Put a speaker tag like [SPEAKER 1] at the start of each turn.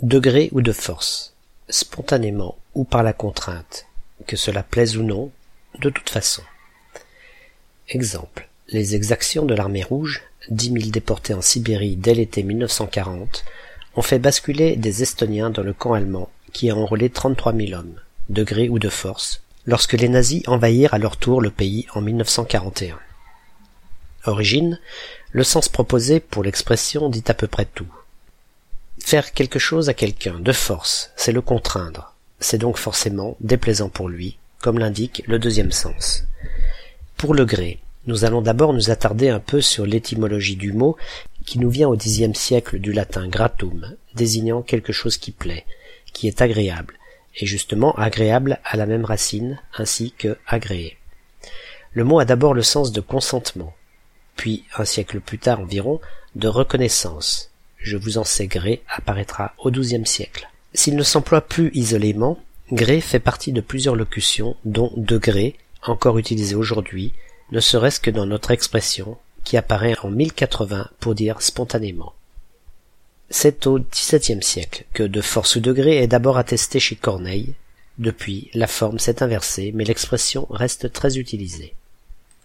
[SPEAKER 1] De gré ou de force, spontanément ou par la contrainte, que cela plaise ou non, de toute façon. Exemple, les exactions de l'armée rouge, 10 000 déportés en Sibérie dès l'été 1940, ont fait basculer des Estoniens dans le camp allemand qui a enrôlé 33 000 hommes, de gré ou de force, lorsque les nazis envahirent à leur tour le pays en 1941. Origine, le sens proposé pour l'expression dit à peu près tout. Faire quelque chose à quelqu'un de force, c'est le contraindre. C'est donc forcément déplaisant pour lui, comme l'indique le deuxième sens. Pour le gré, nous allons d'abord nous attarder un peu sur l'étymologie du mot qui nous vient au Xe siècle du latin gratum, désignant quelque chose qui plaît, qui est agréable, et justement agréable à la même racine, ainsi que agréé. Le mot a d'abord le sens de consentement, puis, un siècle plus tard environ, de reconnaissance. Je vous en sais gré apparaîtra au XIIe siècle. S'il ne s'emploie plus isolément, gré fait partie de plusieurs locutions, dont de gré, encore utilisé aujourd'hui, ne serait-ce que dans notre expression, qui apparaît en 1080 pour dire spontanément. C'est au XVIIe siècle que de force ou de gré est d'abord attesté chez Corneille. Depuis, la forme s'est inversée, mais l'expression reste très utilisée.